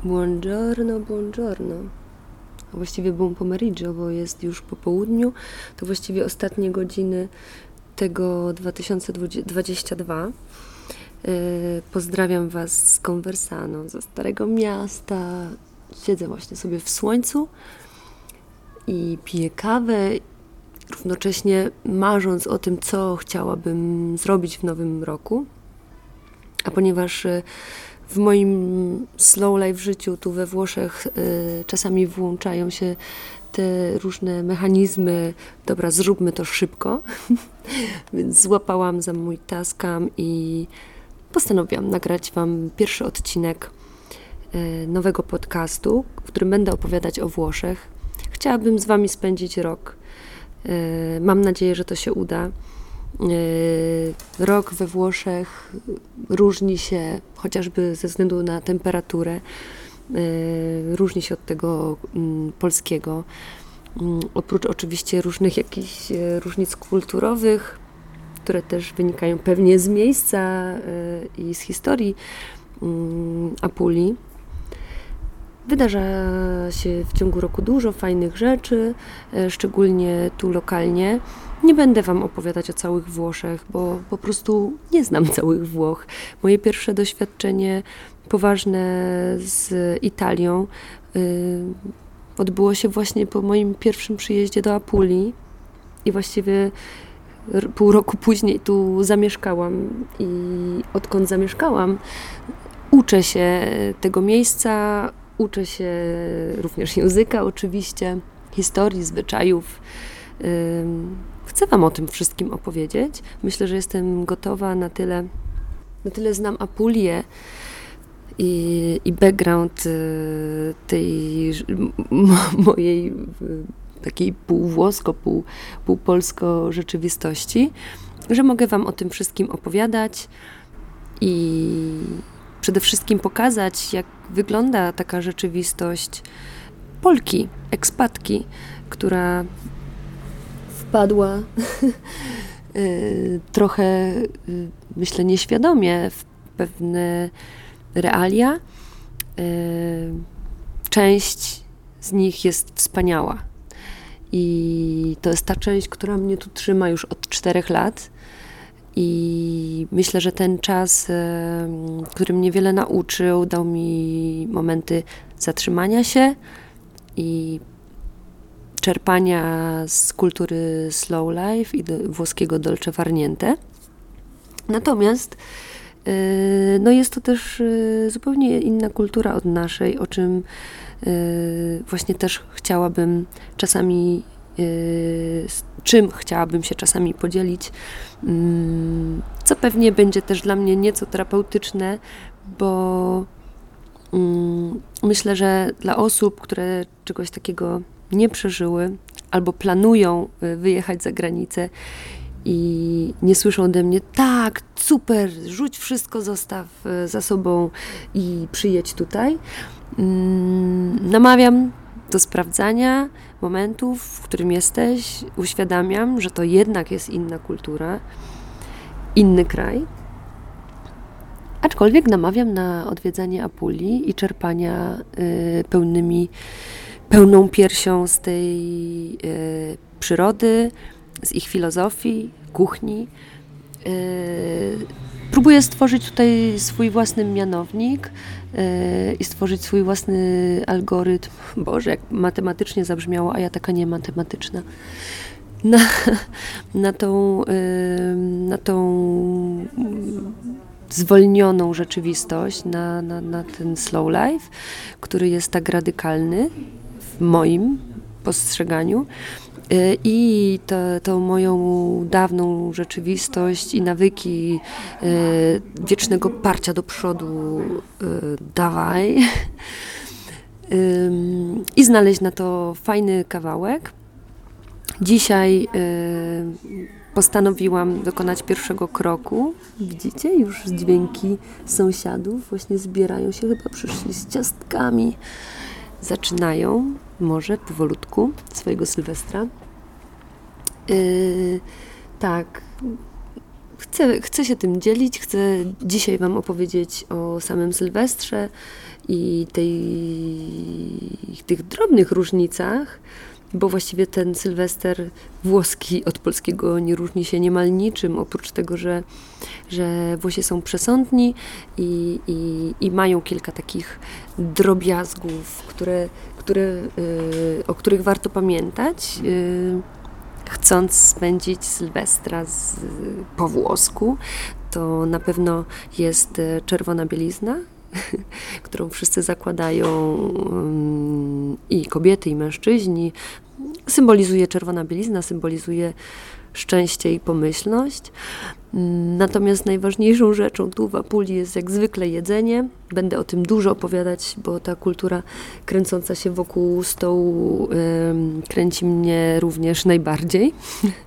Buongiorno, buongiorno. A właściwie buon pomeriggio, bo jest już po południu. To właściwie ostatnie godziny tego 2022. Pozdrawiam Was z Conversano, ze Starego Miasta. Siedzę właśnie sobie w słońcu i piję kawę, równocześnie marząc o tym, co chciałabym zrobić w nowym roku. A ponieważ w moim slow life życiu tu we Włoszech czasami włączają się te różne mechanizmy, dobra, zróbmy to szybko, więc złapałam za mój taskam i postanowiłam nagrać Wam pierwszy odcinek nowego podcastu, w którym będę opowiadać o Włoszech. Chciałabym z Wami spędzić rok. Mam nadzieję, że to się uda. Rok we Włoszech różni się chociażby ze względu na temperaturę, różni się od tego polskiego. Oprócz oczywiście różnych jakichś różnic kulturowych, które też wynikają pewnie z miejsca i z historii Apulii. Wydarza się w ciągu roku dużo fajnych rzeczy, szczególnie tu lokalnie. Nie będę Wam opowiadać o całych Włoszech, bo po prostu nie znam całych Włoch. Moje pierwsze doświadczenie poważne z Italią odbyło się właśnie po moim pierwszym przyjeździe do Apulii i właściwie pół roku później tu zamieszkałam i odkąd zamieszkałam, uczę się tego miejsca, uczę się również języka oczywiście, historii, zwyczajów. Chcę Wam o tym wszystkim opowiedzieć. Myślę, że jestem gotowa na tyle znam Apulię i background tej mojej takiej półwłosko, półpolsko rzeczywistości, że mogę Wam o tym wszystkim opowiadać i przede wszystkim pokazać, jak wygląda taka rzeczywistość Polki, ekspatki, która wpadła trochę, myślę, nieświadomie w pewne realia. Część z nich jest wspaniała i to jest ta część, która mnie tu trzyma już od 4 lat. I myślę, że ten czas, który mnie wiele nauczył, dał mi momenty zatrzymania się i czerpania z kultury slow life i włoskiego dolce far niente. Natomiast jest to też zupełnie inna kultura od naszej, o czym właśnie też chciałabym czasami czym chciałabym się czasami podzielić, co pewnie będzie też dla mnie nieco terapeutyczne, bo myślę, że dla osób, które czegoś takiego nie przeżyły albo planują wyjechać za granicę i nie słyszą ode mnie, tak, super, rzuć wszystko, zostaw za sobą i przyjedź tutaj. Namawiam do sprawdzania momentów, w którym jesteś, uświadamiam, że to jednak jest inna kultura, inny kraj. Aczkolwiek namawiam na odwiedzanie Apulii i czerpania pełną piersią z tej przyrody, z ich filozofii, kuchni. Próbuję stworzyć tutaj swój własny mianownik i stworzyć swój własny algorytm. Boże, jak matematycznie zabrzmiało, a ja taka nie matematyczna. Na tą zwolnioną rzeczywistość, na ten slow life, który jest tak radykalny w moim postrzeganiu. I tą moją dawną rzeczywistość i nawyki wiecznego parcia do przodu dawaj i znaleźć na to fajny kawałek. Dzisiaj postanowiłam dokonać pierwszego kroku. Widzicie? Już dźwięki sąsiadów właśnie zbierają się, chyba przyszli z ciastkami. Zaczynają może powolutku swojego Sylwestra. Tak, chcę się tym dzielić, chcę dzisiaj Wam opowiedzieć o samym Sylwestrze i tych drobnych różnicach, bo właściwie ten Sylwester włoski od polskiego nie różni się niemal niczym, oprócz tego, że Włosi są przesądni i mają kilka takich drobiazgów, o których warto pamiętać, chcąc spędzić Sylwestra po włosku. To na pewno jest czerwona bielizna, którą wszyscy zakładają, i kobiety, i mężczyźni. Symbolizuje czerwona bielizna, symbolizuje szczęście i pomyślność. Natomiast najważniejszą rzeczą tu w Apulii jest jak zwykle jedzenie. Będę o tym dużo opowiadać, bo ta kultura kręcąca się wokół stołu kręci mnie również najbardziej.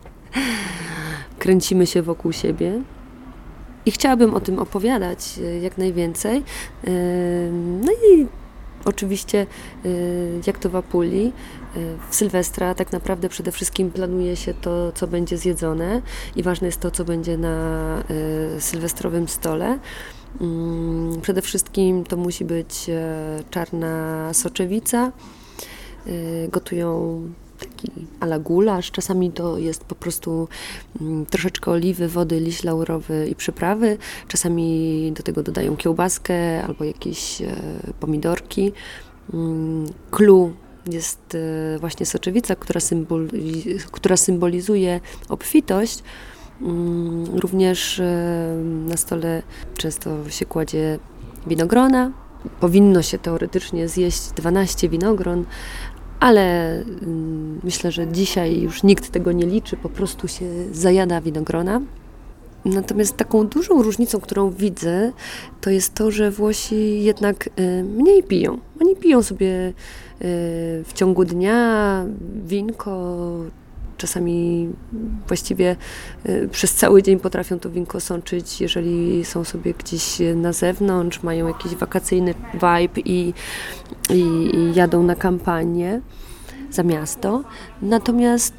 Kręcimy się wokół siebie. I chciałabym o tym opowiadać jak najwięcej. No i oczywiście, jak to w Apulii, w Sylwestra tak naprawdę przede wszystkim planuje się to, co będzie zjedzone i ważne jest to, co będzie na sylwestrowym stole. Przede wszystkim to musi być czarna soczewica. Gotują taki a la gulasz. Czasami to jest po prostu troszeczkę oliwy, wody, liść laurowy i przyprawy. Czasami do tego dodają kiełbaskę albo jakieś pomidorki. Clue jest właśnie soczewica, która symbolizuje obfitość. Również na stole często się kładzie winogrona. Powinno się teoretycznie zjeść 12 winogron, ale myślę, że dzisiaj już nikt tego nie liczy, po prostu się zajada winogrona. Natomiast taką dużą różnicą, którą widzę, to jest to, że Włosi jednak mniej piją. Oni piją sobie w ciągu dnia winko, czasami właściwie przez cały dzień potrafią to winko sączyć, jeżeli są sobie gdzieś na zewnątrz, mają jakiś wakacyjny vibe i jadą na kampanię za miasto. Natomiast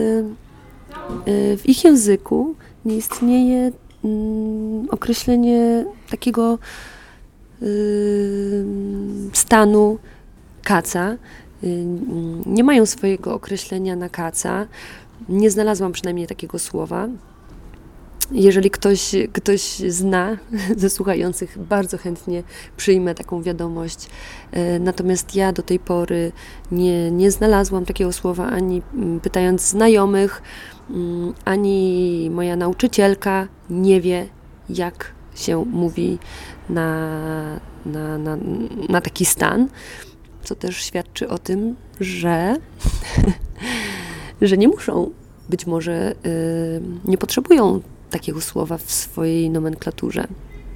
w ich języku nie istnieje określenie takiego stanu kaca. Nie mają swojego określenia na kaca. Nie znalazłam przynajmniej takiego słowa. Jeżeli ktoś zna ze słuchających, bardzo chętnie przyjmę taką wiadomość. Natomiast ja do tej pory nie znalazłam takiego słowa, ani pytając znajomych, ani moja nauczycielka nie wie, jak się mówi na taki stan, co też świadczy o tym, że nie muszą, być może nie potrzebują takiego słowa w swojej nomenklaturze.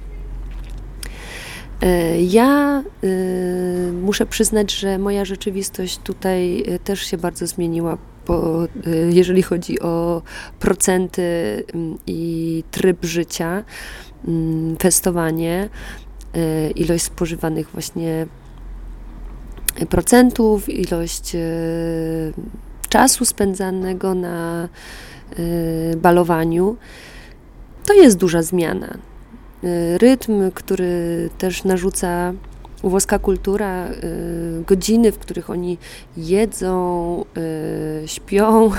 Ja muszę przyznać, że moja rzeczywistość tutaj też się bardzo zmieniła, jeżeli chodzi o procenty i tryb życia, festowanie, ilość spożywanych właśnie procentów, ilość czasu spędzanego na balowaniu. To jest duża zmiana. Rytm, który też narzuca włoska kultura, godziny, w których oni jedzą, śpią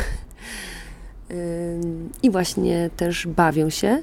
i właśnie też bawią się,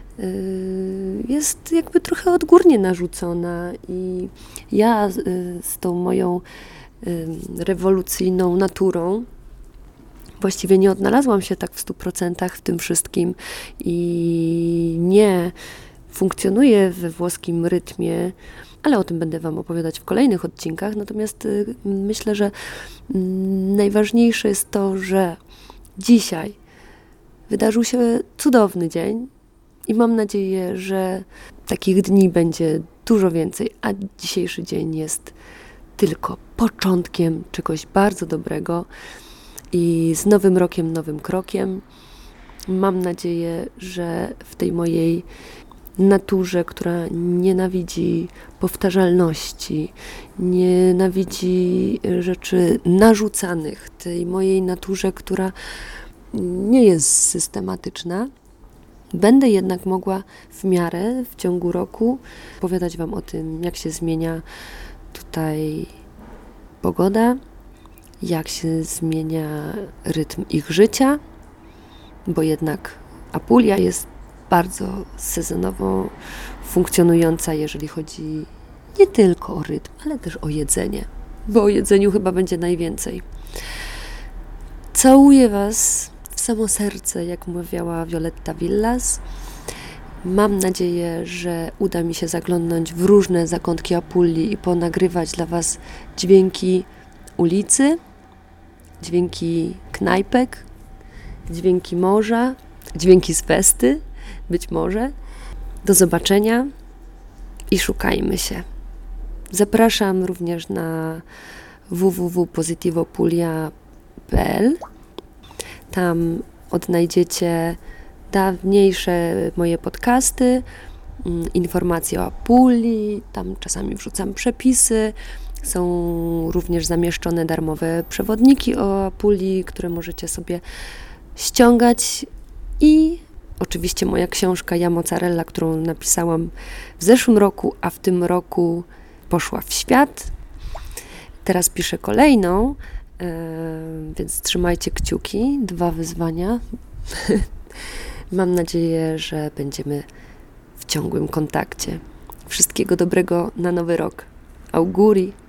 jest jakby trochę odgórnie narzucona i ja z tą moją rewolucyjną naturą właściwie nie odnalazłam się tak w 100% w tym wszystkim i nie funkcjonuję we włoskim rytmie, ale o tym będę Wam opowiadać w kolejnych odcinkach. Natomiast myślę, że najważniejsze jest to, że dzisiaj wydarzył się cudowny dzień i mam nadzieję, że takich dni będzie dużo więcej, a dzisiejszy dzień jest tylko początkiem czegoś bardzo dobrego i z nowym rokiem, nowym krokiem. Mam nadzieję, że w tej mojej naturze, która nienawidzi powtarzalności, nienawidzi rzeczy narzucanych, tej mojej naturze, która nie jest systematyczna, będę jednak mogła w miarę w ciągu roku opowiadać Wam o tym, jak się zmienia tutaj pogoda, jak się zmienia rytm ich życia, bo jednak Apulia jest bardzo sezonowo funkcjonująca, jeżeli chodzi nie tylko o rytm, ale też o jedzenie, bo o jedzeniu chyba będzie najwięcej. Całuję Was w samo serce, jak mawiała Violetta Villas. Mam nadzieję, że uda mi się zaglądnąć w różne zakątki Apulii i ponagrywać dla Was dźwięki ulicy, dźwięki knajpek, dźwięki morza, dźwięki z festy, być może. Do zobaczenia i szukajmy się. Zapraszam również na www.positivoapulia.pl. Tam odnajdziecie dawniejsze moje podcasty, informacje o Apulii, tam czasami wrzucam przepisy. Są również zamieszczone darmowe przewodniki o Apulii, które możecie sobie ściągać i oczywiście moja książka Ja Mozzarella, którą napisałam w zeszłym roku, a w tym roku poszła w świat. Teraz piszę kolejną, więc trzymajcie kciuki. 2 wyzwania. Mam nadzieję, że będziemy w ciągłym kontakcie. Wszystkiego dobrego na nowy rok. Auguri!